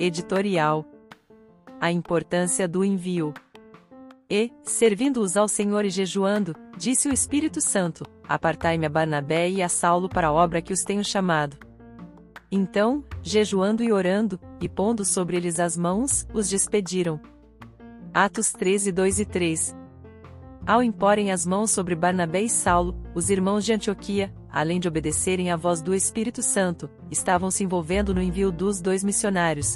Editorial. A importância do envio. E, servindo-os ao Senhor e jejuando, disse o Espírito Santo: Apartai-me a Barnabé e a Saulo para a obra que os tenho chamado. Então, jejuando e orando, e pondo sobre eles as mãos, os despediram. Atos 13, 2 e 3. Ao imporem as mãos sobre Barnabé e Saulo, os irmãos de Antioquia, além de obedecerem à voz do Espírito Santo, estavam se envolvendo no envio dos 2 missionários.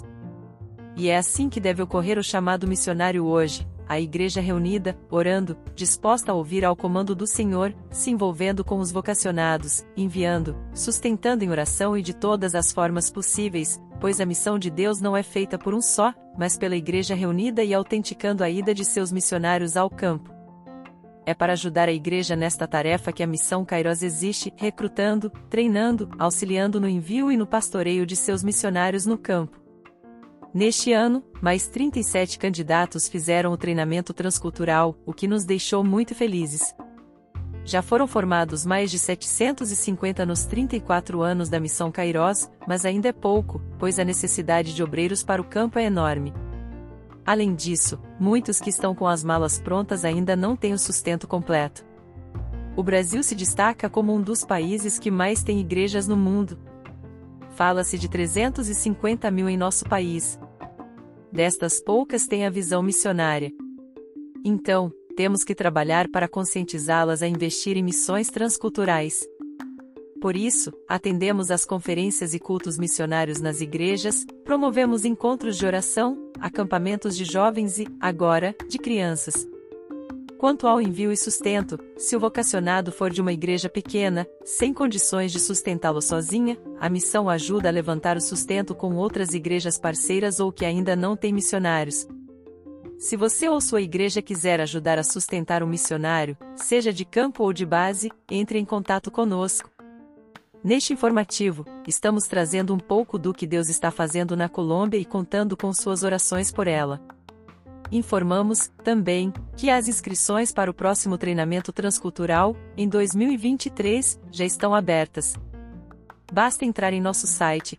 E é assim que deve ocorrer o chamado missionário hoje: a igreja reunida, orando, disposta a ouvir ao comando do Senhor, se envolvendo com os vocacionados, enviando, sustentando em oração e de todas as formas possíveis, pois a missão de Deus não é feita por um só, mas pela igreja reunida e autenticando a ida de seus missionários ao campo. É para ajudar a igreja nesta tarefa que a Missão Kairos existe, recrutando, treinando, auxiliando no envio e no pastoreio de seus missionários no campo. Neste ano, mais 37 candidatos fizeram o treinamento transcultural, o que nos deixou muito felizes. Já foram formados mais de 750 nos 34 anos da Missão Kairos, mas ainda é pouco, pois a necessidade de obreiros para o campo é enorme. Além disso, muitos que estão com as malas prontas ainda não têm o sustento completo. O Brasil se destaca como um dos países que mais tem igrejas no mundo. Fala-se de 350 mil em nosso país. Destas poucas têm a visão missionária. Então, temos que trabalhar para conscientizá-las a investir em missões transculturais. Por isso, atendemos às conferências e cultos missionários nas igrejas, promovemos encontros de oração, acampamentos de jovens e, agora, de crianças. Quanto ao envio e sustento, se o vocacionado for de uma igreja pequena, sem condições de sustentá-lo sozinha, a missão ajuda a levantar o sustento com outras igrejas parceiras ou que ainda não têm missionários. Se você ou sua igreja quiser ajudar a sustentar um missionário, seja de campo ou de base, entre em contato conosco. Neste informativo, estamos trazendo um pouco do que Deus está fazendo na Colômbia e contando com suas orações por ela. Informamos, também, que as inscrições para o próximo treinamento transcultural, em 2023, já estão abertas. Basta entrar em nosso site,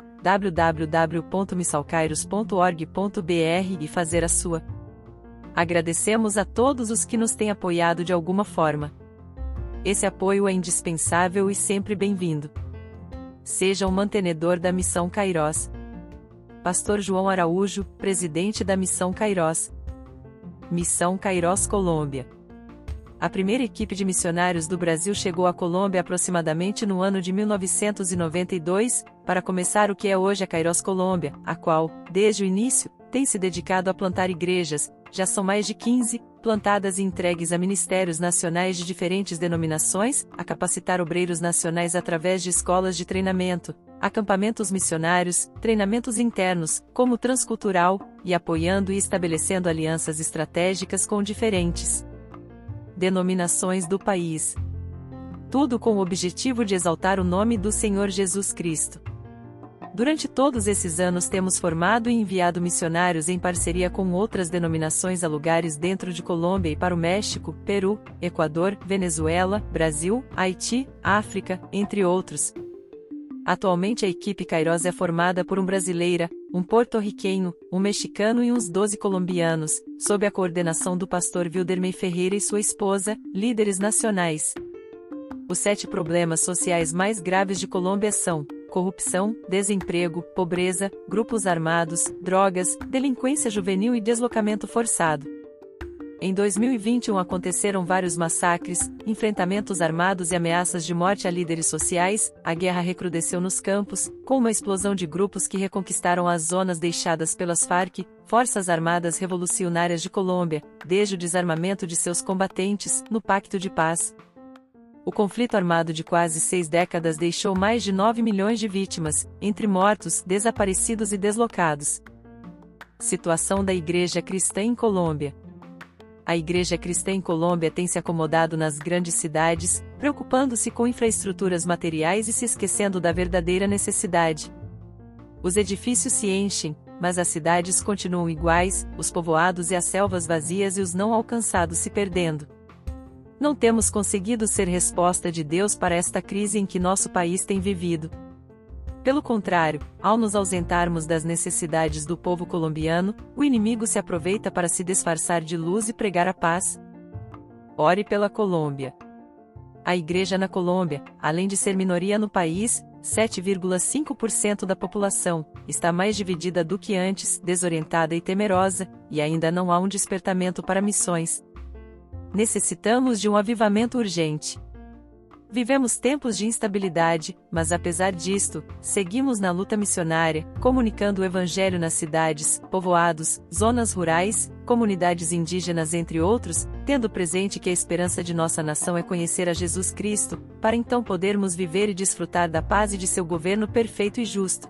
www.missalkairos.org.br e fazer a sua. Agradecemos a todos os que nos têm apoiado de alguma forma. Esse apoio é indispensável e sempre bem-vindo. Seja um mantenedor da Missão Kairos. Pastor João Araújo, presidente da Missão Kairos. Missão Kairos Colômbia. A primeira equipe de missionários do Brasil chegou à Colômbia aproximadamente no ano de 1992, para começar o que é hoje a Kairos Colômbia, a qual, desde o início, tem se dedicado a plantar igrejas. Já são mais de 15, plantadas e entregues a ministérios nacionais de diferentes denominações, a capacitar obreiros nacionais através de escolas de treinamento, acampamentos missionários, treinamentos internos, como transcultural, e apoiando e estabelecendo alianças estratégicas com diferentes denominações do país. Tudo com o objetivo de exaltar o nome do Senhor Jesus Cristo. Durante todos esses anos temos formado e enviado missionários em parceria com outras denominações a lugares dentro de Colômbia e para o México, Peru, Equador, Venezuela, Brasil, Haiti, África, entre outros. Atualmente a equipe Kairos é formada por um brasileiro, um porto-riquenho, um mexicano e uns 12 colombianos, sob a coordenação do pastor Wildermey Ferreira e sua esposa, líderes nacionais. Os 7 problemas sociais mais graves de Colômbia são corrupção, desemprego, pobreza, grupos armados, drogas, delinquência juvenil e deslocamento forçado. Em 2021 aconteceram vários massacres, enfrentamentos armados e ameaças de morte a líderes sociais, a guerra recrudesceu nos campos, com uma explosão de grupos que reconquistaram as zonas deixadas pelas FARC, Forças Armadas Revolucionárias de Colômbia, desde o desarmamento de seus combatentes, no Pacto de Paz. O conflito armado de quase 6 décadas deixou mais de 9 milhões de vítimas, entre mortos, desaparecidos e deslocados. Situação da Igreja Cristã em Colômbia. A Igreja Cristã em Colômbia tem se acomodado nas grandes cidades, preocupando-se com infraestruturas materiais e se esquecendo da verdadeira necessidade. Os edifícios se enchem, mas as cidades continuam iguais, os povoados e as selvas vazias e os não alcançados se perdendo. Não temos conseguido ser resposta de Deus para esta crise em que nosso país tem vivido. Pelo contrário, ao nos ausentarmos das necessidades do povo colombiano, o inimigo se aproveita para se disfarçar de luz e pregar a paz. Ore pela Colômbia. A igreja na Colômbia, além de ser minoria no país, 7,5% da população, está mais dividida do que antes, desorientada e temerosa, e ainda não há um despertamento para missões. Necessitamos de um avivamento urgente. Vivemos tempos de instabilidade, mas apesar disto, seguimos na luta missionária, comunicando o Evangelho nas cidades, povoados, zonas rurais, comunidades indígenas entre outros, tendo presente que a esperança de nossa nação é conhecer a Jesus Cristo, para então podermos viver e desfrutar da paz e de seu governo perfeito e justo.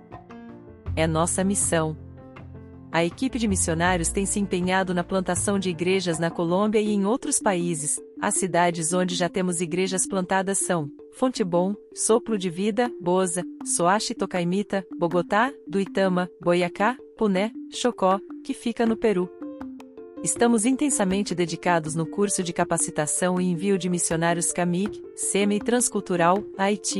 É nossa missão. A equipe de missionários tem se empenhado na plantação de igrejas na Colômbia e em outros países. As cidades onde já temos igrejas plantadas são Fontibón, Soplo de Vida, Boza, Soacha e Tocaimita, Bogotá, Duitama, Boyacá, Puné, Chocó, que fica no Peru. Estamos intensamente dedicados no curso de capacitação e envio de missionários CAMIC, SEME e Transcultural, Haiti.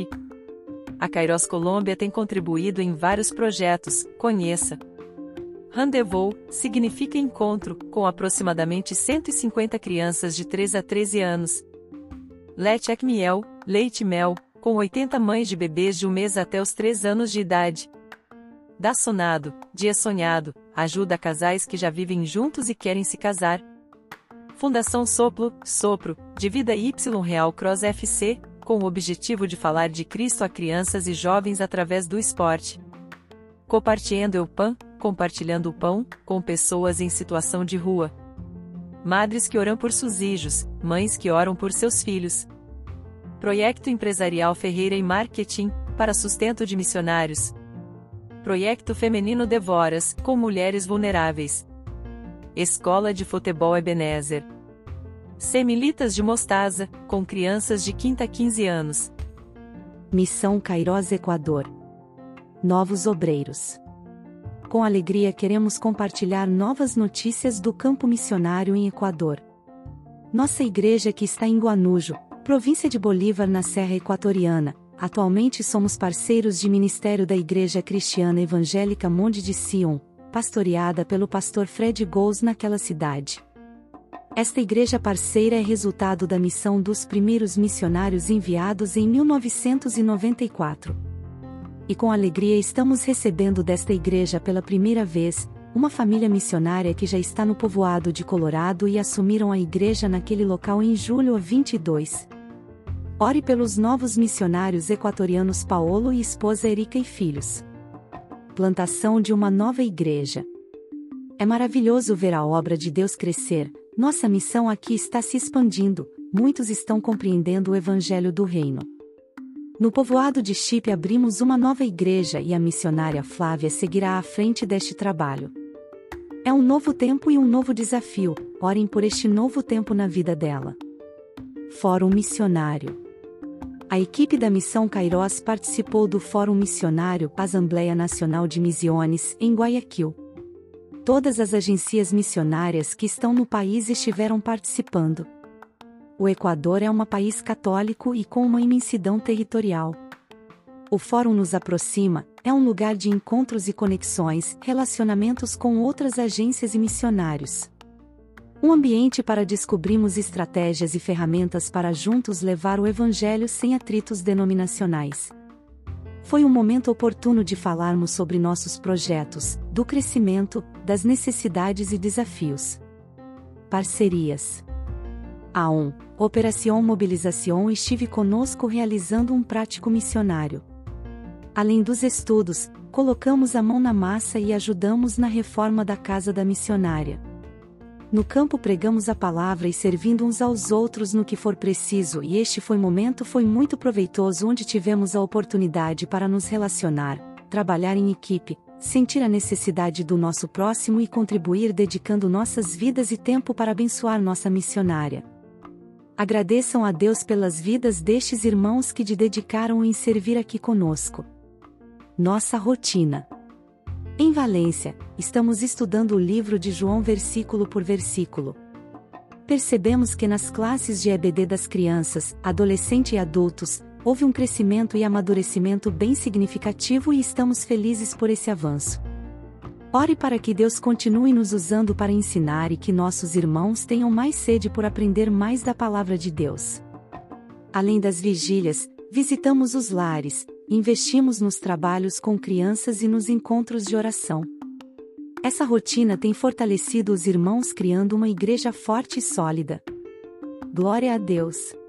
A Kairos Colômbia tem contribuído em vários projetos, conheça. Rendezvous significa encontro, com aproximadamente 150 crianças de 3 a 13 anos. Leite avec Miel, leite e mel, com 80 mães de bebês de 1 mês até os 3 anos de idade. Dá Sonado, Dia Sonhado, ajuda a casais que já vivem juntos e querem se casar. Fundação Soplo, Sopro, de Vida Y Real Cross FC, com o objetivo de falar de Cristo a crianças e jovens através do esporte. Compartilhando o Pão, compartilhando o pão, com pessoas em situação de rua. Madres que oram por seus filhos, mães que oram por seus filhos. Projeto Empresarial Ferreira e Marketing, para sustento de missionários. Projeto Feminino Devoras, com mulheres vulneráveis. Escola de Futebol Ebenezer. Semilitas de Mostaza, com crianças de 5 a 15 anos. Missão Kairos Equador. Novos obreiros. Com alegria queremos compartilhar novas notícias do campo missionário em Equador. Nossa igreja que está em Guanujo, província de Bolívar na Serra Equatoriana, atualmente somos parceiros de ministério da Igreja Cristiana Evangélica Monte de Sion, pastoreada pelo pastor Fred Gols naquela cidade. Esta igreja parceira é resultado da missão dos primeiros missionários enviados em 1994. E com alegria estamos recebendo desta igreja pela primeira vez, uma família missionária que já está no povoado de Colorado e assumiram a igreja naquele local em julho 22. Ore pelos novos missionários equatorianos Paolo e esposa Erika e filhos. Plantação de uma nova igreja. É maravilhoso ver a obra de Deus crescer, nossa missão aqui está se expandindo, muitos estão compreendendo o evangelho do reino. No povoado de Chipe abrimos uma nova igreja e a missionária Flávia seguirá à frente deste trabalho. É um novo tempo e um novo desafio, orem por este novo tempo na vida dela. Fórum Missionário. A equipe da Missão Kairos participou do Fórum Missionário Assembleia Nacional de Misiones, em Guayaquil. Todas as agências missionárias que estão no país estiveram participando. O Equador é um país católico e com uma imensidão territorial. O Fórum nos aproxima, é um lugar de encontros e conexões, relacionamentos com outras agências e missionários. Um ambiente para descobrirmos estratégias e ferramentas para juntos levar o Evangelho sem atritos denominacionais. Foi um momento oportuno de falarmos sobre nossos projetos, do crescimento, das necessidades e desafios. Parcerias. A1. Operação Mobilização estive conosco realizando um prático missionário. Além dos estudos, colocamos a mão na massa e ajudamos na reforma da casa da missionária. No campo pregamos a palavra e servindo uns aos outros no que for preciso e este momento foi muito proveitoso onde tivemos a oportunidade para nos relacionar, trabalhar em equipe, sentir a necessidade do nosso próximo e contribuir dedicando nossas vidas e tempo para abençoar nossa missionária. Agradeçam a Deus pelas vidas destes irmãos que dedicaram em servir aqui conosco. Nossa rotina. Em Valência, estamos estudando o livro de João versículo por versículo. Percebemos que nas classes de EBD das crianças, adolescentes e adultos, Houve um crescimento e amadurecimento bem significativo e estamos felizes por esse avanço. Ore para que Deus continue nos usando para ensinar e que nossos irmãos tenham mais sede por aprender mais da palavra de Deus. Além das vigílias, visitamos os lares, investimos nos trabalhos com crianças e nos encontros de oração. Essa rotina tem fortalecido os irmãos, criando uma igreja forte e sólida. Glória a Deus!